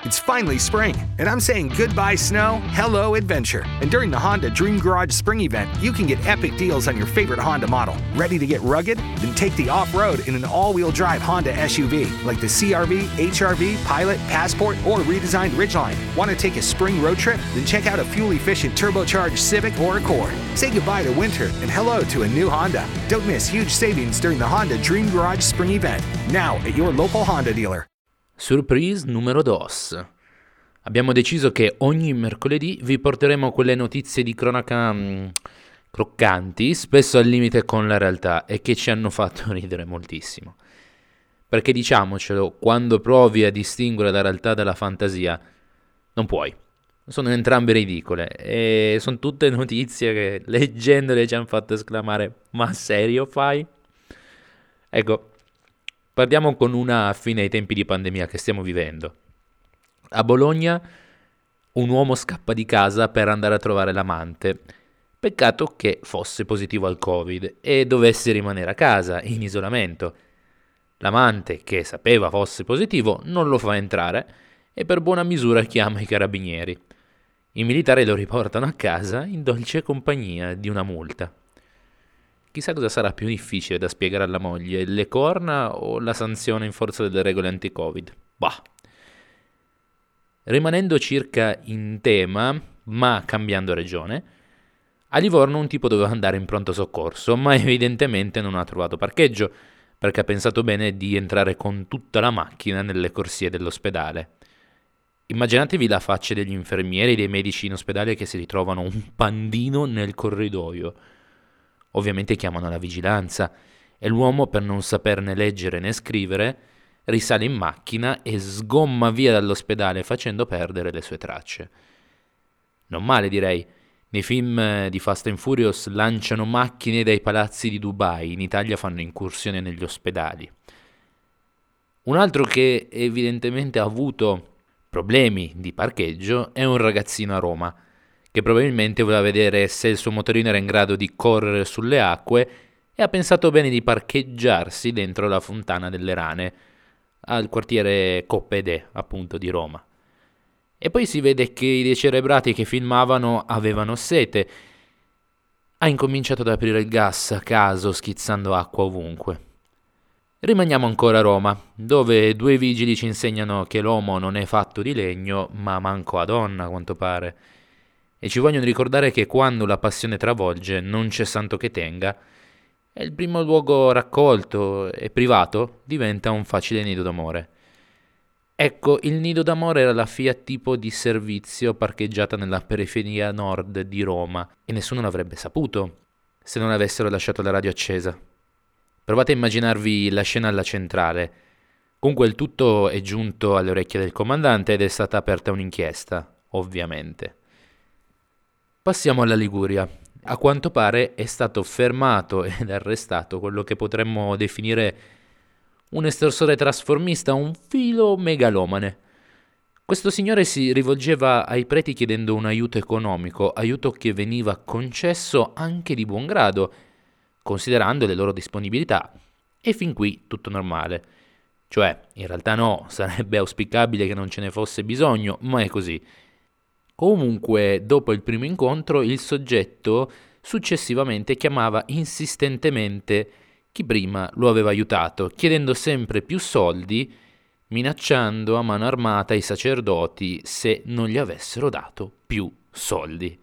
It's finally spring, and I'm saying goodbye snow, hello adventure. And during the Honda Dream Garage Spring Event, you can get epic deals on your favorite Honda model. Ready to get rugged? Then take the off-road in an all-wheel drive Honda SUV, like the CR-V, HR-V, Pilot, Passport, or redesigned Ridgeline. Want to take a spring road trip? Then check out a fuel-efficient turbocharged Civic or Accord. Say goodbye to winter and hello to a new Honda. Don't miss huge savings during the Honda Dream Garage Spring Event, now at your local Honda dealer. Surprise numero 2. Abbiamo deciso che ogni mercoledì vi porteremo quelle notizie di cronaca croccanti, spesso al limite con la realtà, e che ci hanno fatto ridere moltissimo. Perché diciamocelo, quando provi a distinguere la realtà dalla fantasia, non puoi. Sono entrambe ridicole e sono tutte notizie che leggendole ci hanno fatto esclamare: ma serio fai? Ecco, partiamo con una a fine ai tempi di pandemia che stiamo vivendo. A Bologna un uomo scappa di casa per andare a trovare l'amante. Peccato che fosse positivo al Covid e dovesse rimanere a casa, in isolamento. L'amante, che sapeva fosse positivo, non lo fa entrare e per buona misura chiama i carabinieri. I militari lo riportano a casa in dolce compagnia di una multa. Chissà cosa sarà più difficile da spiegare alla moglie, le corna o la sanzione in forza delle regole anti-Covid? Bah. Rimanendo circa in tema, ma cambiando regione, a Livorno un tipo doveva andare in pronto soccorso, ma evidentemente non ha trovato parcheggio, perché ha pensato bene di entrare con tutta la macchina nelle corsie dell'ospedale. Immaginatevi la faccia degli infermieri e dei medici in ospedale che si ritrovano un pandino nel corridoio. Ovviamente chiamano la vigilanza e l'uomo, per non saperne leggere né scrivere, risale in macchina e sgomma via dall'ospedale facendo perdere le sue tracce. Non male, direi. Nei film di Fast and Furious lanciano macchine dai palazzi di Dubai, in Italia fanno incursione negli ospedali. Un altro che evidentemente ha avuto problemi di parcheggio è un ragazzino a Roma, che probabilmente voleva vedere se il suo motorino era in grado di correre sulle acque e ha pensato bene di parcheggiarsi dentro la Fontana delle Rane, al quartiere Coppede, appunto, di Roma. E poi si vede che i decerebrati che filmavano avevano sete. Ha incominciato ad aprire il gas a caso, schizzando acqua ovunque. Rimaniamo ancora a Roma, dove 2 vigili ci insegnano che l'uomo non è fatto di legno, ma manco a donna, a quanto pare. E ci vogliono ricordare che quando la passione travolge non c'è santo che tenga, e il primo luogo raccolto e privato diventa un facile nido d'amore. Ecco, il nido d'amore era la Fiat Tipo di servizio parcheggiata nella periferia nord di Roma e nessuno l'avrebbe saputo se non avessero lasciato la radio accesa. Provate a immaginarvi la scena alla centrale. Comunque il tutto è giunto alle orecchie del comandante ed è stata aperta un'inchiesta, ovviamente. Passiamo alla Liguria. A quanto pare è stato fermato ed arrestato quello che potremmo definire un estorsore trasformista, un filo megalomane. Questo signore si rivolgeva ai preti chiedendo un aiuto economico, aiuto che veniva concesso anche di buon grado, considerando le loro disponibilità. E fin qui tutto normale. Cioè, in realtà no, sarebbe auspicabile che non ce ne fosse bisogno, ma è così. Comunque, dopo il primo incontro, il soggetto successivamente chiamava insistentemente chi prima lo aveva aiutato, chiedendo sempre più soldi, minacciando a mano armata i sacerdoti se non gli avessero dato più soldi.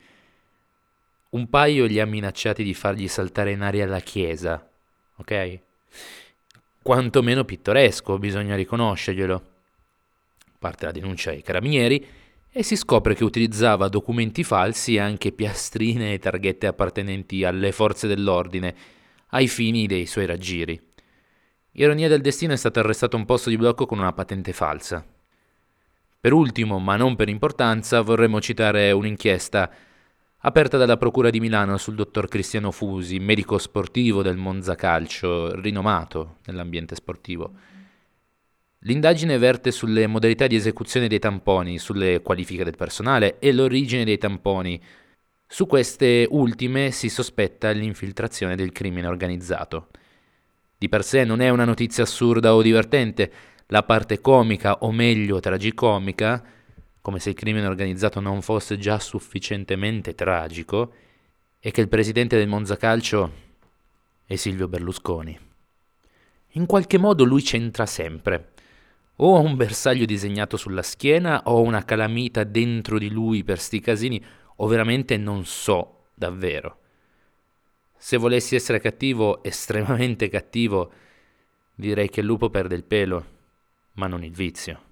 Un paio li ha minacciati di fargli saltare in aria la chiesa, ok? Quantomeno pittoresco, bisogna riconoscerglielo. Parte la denuncia ai carabinieri e si scopre che utilizzava documenti falsi e anche piastrine e targhette appartenenti alle forze dell'ordine ai fini dei suoi raggiri. Ironia del destino, è stato arrestato un posto di blocco con una patente falsa. Per ultimo, ma non per importanza, vorremmo citare un'inchiesta aperta dalla Procura di Milano sul dottor Cristiano Fusi, medico sportivo del Monza Calcio, rinomato nell'ambiente sportivo. L'indagine verte sulle modalità di esecuzione dei tamponi, sulle qualifiche del personale e l'origine dei tamponi. Su queste ultime si sospetta l'infiltrazione del crimine organizzato. Di per sé non è una notizia assurda o divertente, la parte comica, o meglio tragicomica, come se il crimine organizzato non fosse già sufficientemente tragico, è che il presidente del Monza Calcio è Silvio Berlusconi. In qualche modo lui c'entra sempre. O ha un bersaglio disegnato sulla schiena, o una calamita dentro di lui per sti casini, o veramente non so davvero. Se volessi essere cattivo, estremamente cattivo, direi che il lupo perde il pelo, ma non il vizio.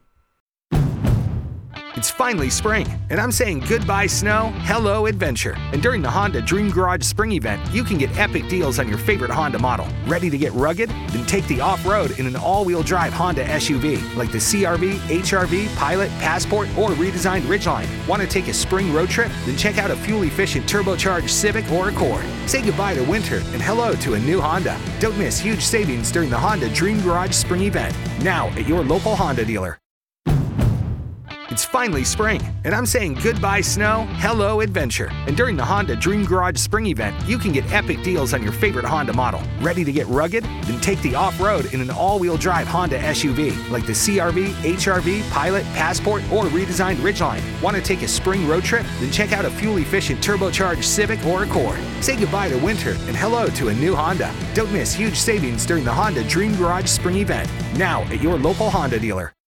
It's finally spring, and I'm saying goodbye snow, hello adventure. And during the Honda Dream Garage Spring Event, you can get epic deals on your favorite Honda model. Ready to get rugged? Then take the off-road in an all-wheel drive Honda SUV, like the CR-V, HR-V, Pilot, Passport, or redesigned Ridgeline. Want to take a spring road trip? Then check out a fuel-efficient turbocharged Civic or Accord. Say goodbye to winter and hello to a new Honda. Don't miss huge savings during the Honda Dream Garage Spring Event, now at your local Honda dealer. It's finally spring, and I'm saying goodbye snow, hello adventure. And during the Honda Dream Garage Spring Event, you can get epic deals on your favorite Honda model. Ready to get rugged? Then take the off-road in an all-wheel drive Honda SUV, like the CR-V, HR-V, Pilot, Passport, or redesigned Ridgeline. Want to take a spring road trip? Then check out a fuel-efficient turbocharged Civic or Accord. Say goodbye to winter and hello to a new Honda. Don't miss huge savings during the Honda Dream Garage Spring Event, now at your local Honda dealer.